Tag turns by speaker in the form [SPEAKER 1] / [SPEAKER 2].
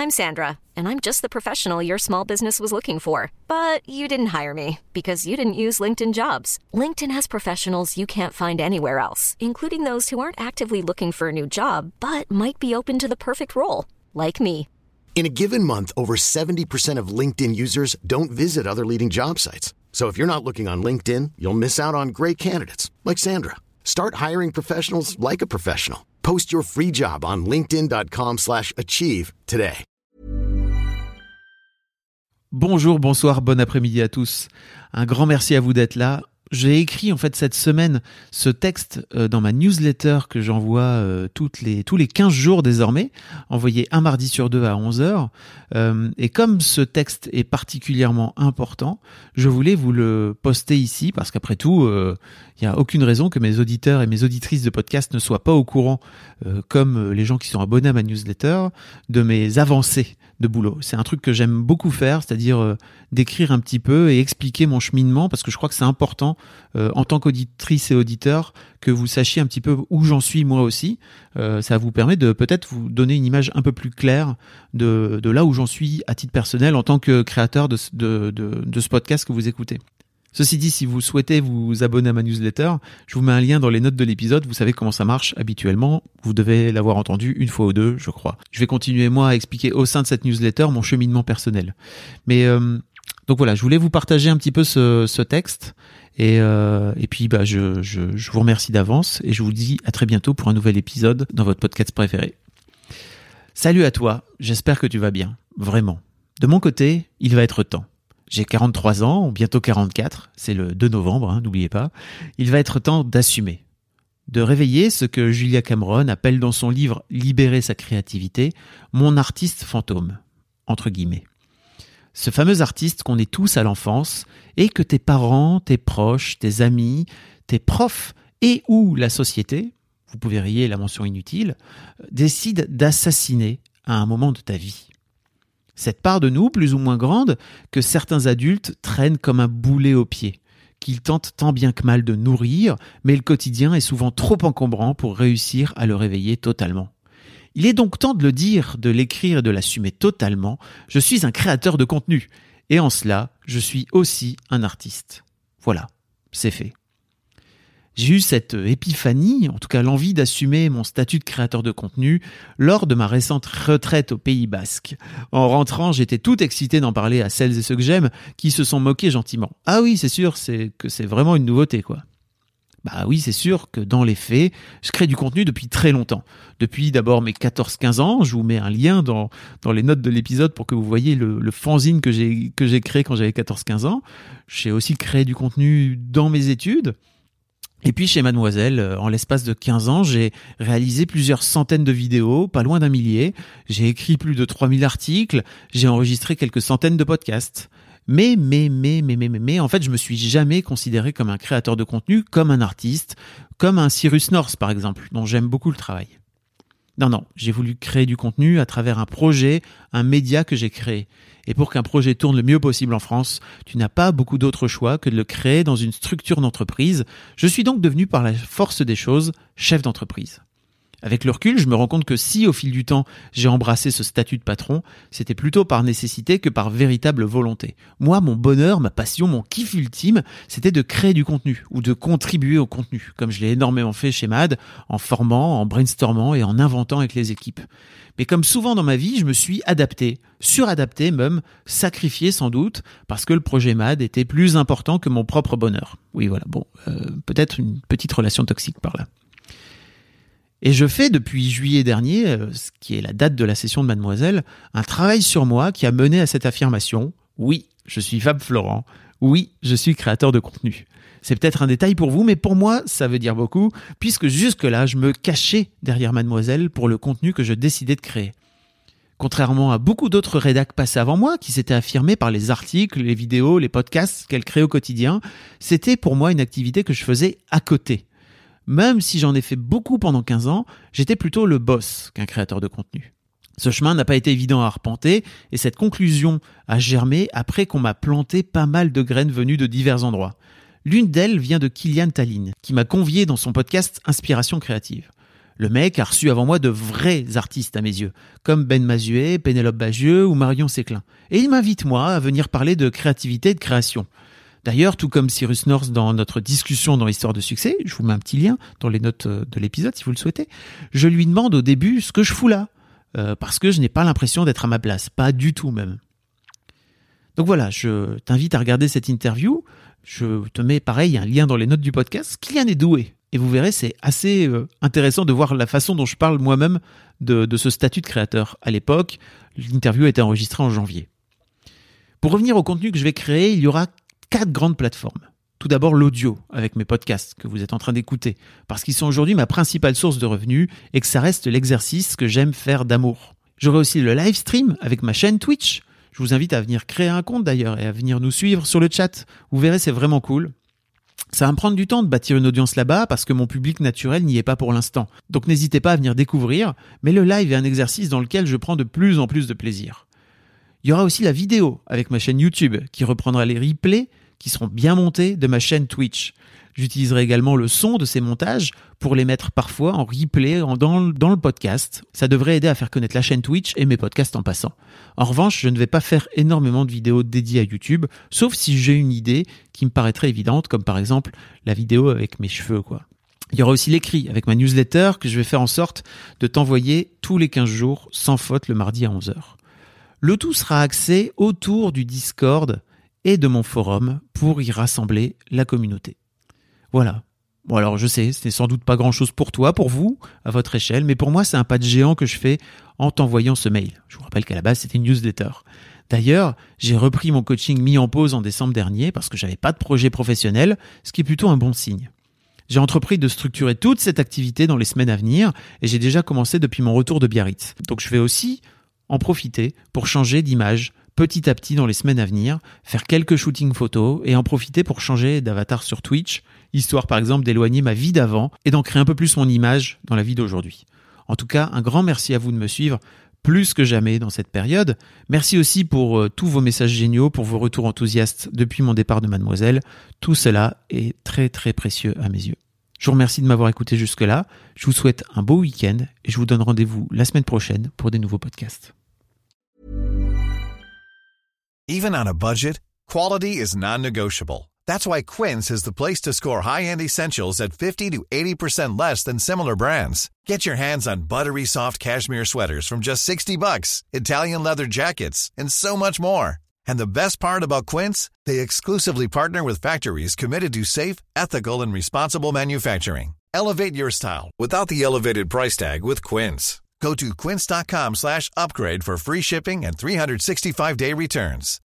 [SPEAKER 1] I'm Sandra, and I'm just the professional your small business was looking for. But you didn't hire me because you didn't use LinkedIn Jobs. LinkedIn has professionals you can't find anywhere else, including those who aren't actively looking for a new job, but might be open to the perfect role, like me.
[SPEAKER 2] In a given month, over 70% of LinkedIn users don't visit other leading job sites. So if you're not looking on LinkedIn, you'll miss out on great candidates like Sandra. Start hiring professionals like a professional. Post your free job on linkedin.com/achieve today.
[SPEAKER 3] Bonjour, bonsoir, bon après-midi à tous. Un grand merci à vous d'être là. J'ai écrit en fait cette semaine ce texte dans ma newsletter que j'envoie tous les 15 jours désormais, envoyé un mardi sur deux à 11h. Et comme ce texte est particulièrement important, je voulais vous le poster ici parce qu'après tout, il n'y a aucune raison que mes auditeurs et mes auditrices de podcast ne soient pas au courant, comme les gens qui sont abonnés à ma newsletter, de mes avancées de boulot. C'est un truc que j'aime beaucoup faire, c'est-à-dire d'écrire un petit peu et expliquer mon cheminement parce que je crois que c'est important en tant qu'auditrice et auditeur que vous sachiez un petit peu où j'en suis moi aussi. Ça vous permet de peut-être vous donner une image un peu plus claire de là où j'en suis à titre personnel en tant que créateur de ce podcast que vous écoutez. Ceci dit, si vous souhaitez vous abonner à ma newsletter, je vous mets un lien dans les notes de l'épisode. Vous savez comment ça marche habituellement. Vous devez l'avoir entendu une fois ou deux, je crois. Je vais continuer moi à expliquer au sein de cette newsletter mon cheminement personnel. Mais donc voilà, je voulais vous partager un petit peu ce texte. Et puis je vous remercie d'avance et je vous dis à très bientôt pour un nouvel épisode dans votre podcast préféré. Salut à toi, j'espère que tu vas bien, vraiment. De mon côté, il va être temps. J'ai 43 ans, bientôt 44, c'est le 2 novembre, n'oubliez pas. Il va être temps d'assumer, de réveiller ce que Julia Cameron appelle dans son livre « Libérer sa créativité », mon artiste fantôme, entre guillemets. Ce fameux artiste qu'on est tous à l'enfance et que tes parents, tes proches, tes amis, tes profs et ou la société, vous pouvez rayer la mention inutile, décident d'assassiner à un moment de ta vie. Cette part de nous, plus ou moins grande, que certains adultes traînent comme un boulet au pied, qu'ils tentent tant bien que mal de nourrir, mais le quotidien est souvent trop encombrant pour réussir à le réveiller totalement. Il est donc temps de le dire, de l'écrire et de l'assumer totalement. Je suis un créateur de contenu, et en cela, je suis aussi un artiste. Voilà, c'est fait. J'ai eu cette épiphanie, en tout cas l'envie d'assumer mon statut de créateur de contenu lors de ma récente retraite au Pays Basque. En rentrant, j'étais tout excité d'en parler à celles et ceux que j'aime qui se sont moqués gentiment. Ah oui, c'est sûr, c'est vraiment une nouveauté, quoi. Bah oui, c'est sûr que dans les faits, je crée du contenu depuis très longtemps. Depuis d'abord mes 14-15 ans, je vous mets un lien dans les notes de l'épisode pour que vous voyez le fanzine que j'ai créé quand j'avais 14-15 ans. J'ai aussi créé du contenu dans mes études. Et puis chez Mademoiselle, en l'espace de 15 ans, j'ai réalisé plusieurs centaines de vidéos, pas loin d'un millier. J'ai écrit plus de 3000 articles, j'ai enregistré quelques centaines de podcasts. Mais, en fait, je me suis jamais considéré comme un créateur de contenu, comme un artiste, comme un Cyrus North, par exemple, dont j'aime beaucoup le travail. Non, j'ai voulu créer du contenu à travers un projet, un média que j'ai créé. Et pour qu'un projet tourne le mieux possible en France, tu n'as pas beaucoup d'autre choix que de le créer dans une structure d'entreprise. Je suis donc devenu par la force des choses chef d'entreprise. Avec le recul, je me rends compte que si, au fil du temps, j'ai embrassé ce statut de patron, c'était plutôt par nécessité que par véritable volonté. Moi, mon bonheur, ma passion, mon kiff ultime, c'était de créer du contenu ou de contribuer au contenu, comme je l'ai énormément fait chez Mad, en formant, en brainstormant et en inventant avec les équipes. Mais comme souvent dans ma vie, je me suis adapté, suradapté même, sacrifié sans doute, parce que le projet Mad était plus important que mon propre bonheur. Oui, voilà, peut-être une petite relation toxique par là. Et je fais depuis juillet dernier, ce qui est la date de la session de Mademoiselle, un travail sur moi qui a mené à cette affirmation. Oui, je suis Fab Florent. Oui, je suis créateur de contenu. C'est peut-être un détail pour vous, mais pour moi, ça veut dire beaucoup, puisque jusque-là, je me cachais derrière Mademoiselle pour le contenu que je décidais de créer. Contrairement à beaucoup d'autres rédacs passés avant moi, qui s'étaient affirmés par les articles, les vidéos, les podcasts qu'elle crée au quotidien, c'était pour moi une activité que je faisais à côté. Même si j'en ai fait beaucoup pendant 15 ans, j'étais plutôt le boss qu'un créateur de contenu. Ce chemin n'a pas été évident à arpenter et cette conclusion a germé après qu'on m'a planté pas mal de graines venues de divers endroits. L'une d'elles vient de Kylian Tallinn, qui m'a convié dans son podcast Inspiration créative. Le mec a reçu avant moi de vrais artistes à mes yeux, comme Ben Mazuet, Pénélope Bagieux ou Marion Séclin. Et il m'invite moi à venir parler de créativité et de création. D'ailleurs, tout comme Cyrus North dans notre discussion dans l'histoire de succès, je vous mets un petit lien dans les notes de l'épisode si vous le souhaitez, je lui demande au début ce que je fous là, parce que je n'ai pas l'impression d'être à ma place, pas du tout même. Donc voilà, je t'invite à regarder cette interview, je te mets pareil un lien dans les notes du podcast. Kylian est doué. Et vous verrez, c'est assez intéressant de voir la façon dont je parle moi-même de ce statut de créateur. À l'époque, l'interview a été enregistrée en janvier. Pour revenir au contenu que je vais créer, il y aura 4 grandes plateformes. Tout d'abord l'audio, avec mes podcasts que vous êtes en train d'écouter, parce qu'ils sont aujourd'hui ma principale source de revenus et que ça reste l'exercice que j'aime faire d'amour. J'aurai aussi le live stream avec ma chaîne Twitch. Je vous invite à venir créer un compte d'ailleurs et à venir nous suivre sur le chat. Vous verrez, c'est vraiment cool. Ça va me prendre du temps de bâtir une audience là-bas parce que mon public naturel n'y est pas pour l'instant. Donc n'hésitez pas à venir découvrir, mais le live est un exercice dans lequel je prends de plus en plus de plaisir. Il y aura aussi la vidéo avec ma chaîne YouTube qui reprendra les replays qui seront bien montés de ma chaîne Twitch. J'utiliserai également le son de ces montages pour les mettre parfois en replay dans le podcast. Ça devrait aider à faire connaître la chaîne Twitch et mes podcasts en passant. En revanche, je ne vais pas faire énormément de vidéos dédiées à YouTube, sauf si j'ai une idée qui me paraîtrait évidente, comme par exemple la vidéo avec mes cheveux, quoi. Il y aura aussi l'écrit avec ma newsletter que je vais faire en sorte de t'envoyer tous les 15 jours, sans faute, le mardi à 11h. Le tout sera axé autour du Discord et de mon forum pour y rassembler la communauté. Voilà. Bon alors je sais, c'est sans doute pas grand-chose pour toi, pour vous, à votre échelle, mais pour moi c'est un pas de géant que je fais en t'envoyant ce mail. Je vous rappelle qu'à la base c'était une newsletter. D'ailleurs, j'ai repris mon coaching mis en pause en décembre dernier parce que j'avais pas de projet professionnel, ce qui est plutôt un bon signe. J'ai entrepris de structurer toute cette activité dans les semaines à venir et j'ai déjà commencé depuis mon retour de Biarritz. Donc je vais aussi en profiter pour changer d'image petit à petit dans les semaines à venir, faire quelques shootings photos et en profiter pour changer d'avatar sur Twitch, histoire par exemple d'éloigner ma vie d'avant et d'ancrer un peu plus mon image dans la vie d'aujourd'hui. En tout cas, un grand merci à vous de me suivre plus que jamais dans cette période. Merci aussi pour tous vos messages géniaux, pour vos retours enthousiastes depuis mon départ de Mademoiselle. Tout cela est très très précieux à mes yeux. Je vous remercie de m'avoir écouté jusque-là. Je vous souhaite un beau week-end et je vous donne rendez-vous la semaine prochaine pour des nouveaux podcasts.
[SPEAKER 4] Even on a budget, quality is non-negotiable. That's why Quince is the place to score high-end essentials at 50 to 80% less than similar brands. Get your hands on buttery soft cashmere sweaters from just $60, Italian leather jackets, and so much more. And the best part about Quince, they exclusively partner with factories committed to safe, ethical, and responsible manufacturing. Elevate your style without the elevated price tag with Quince. Go to quince.com/upgrade for free shipping and 365-day returns.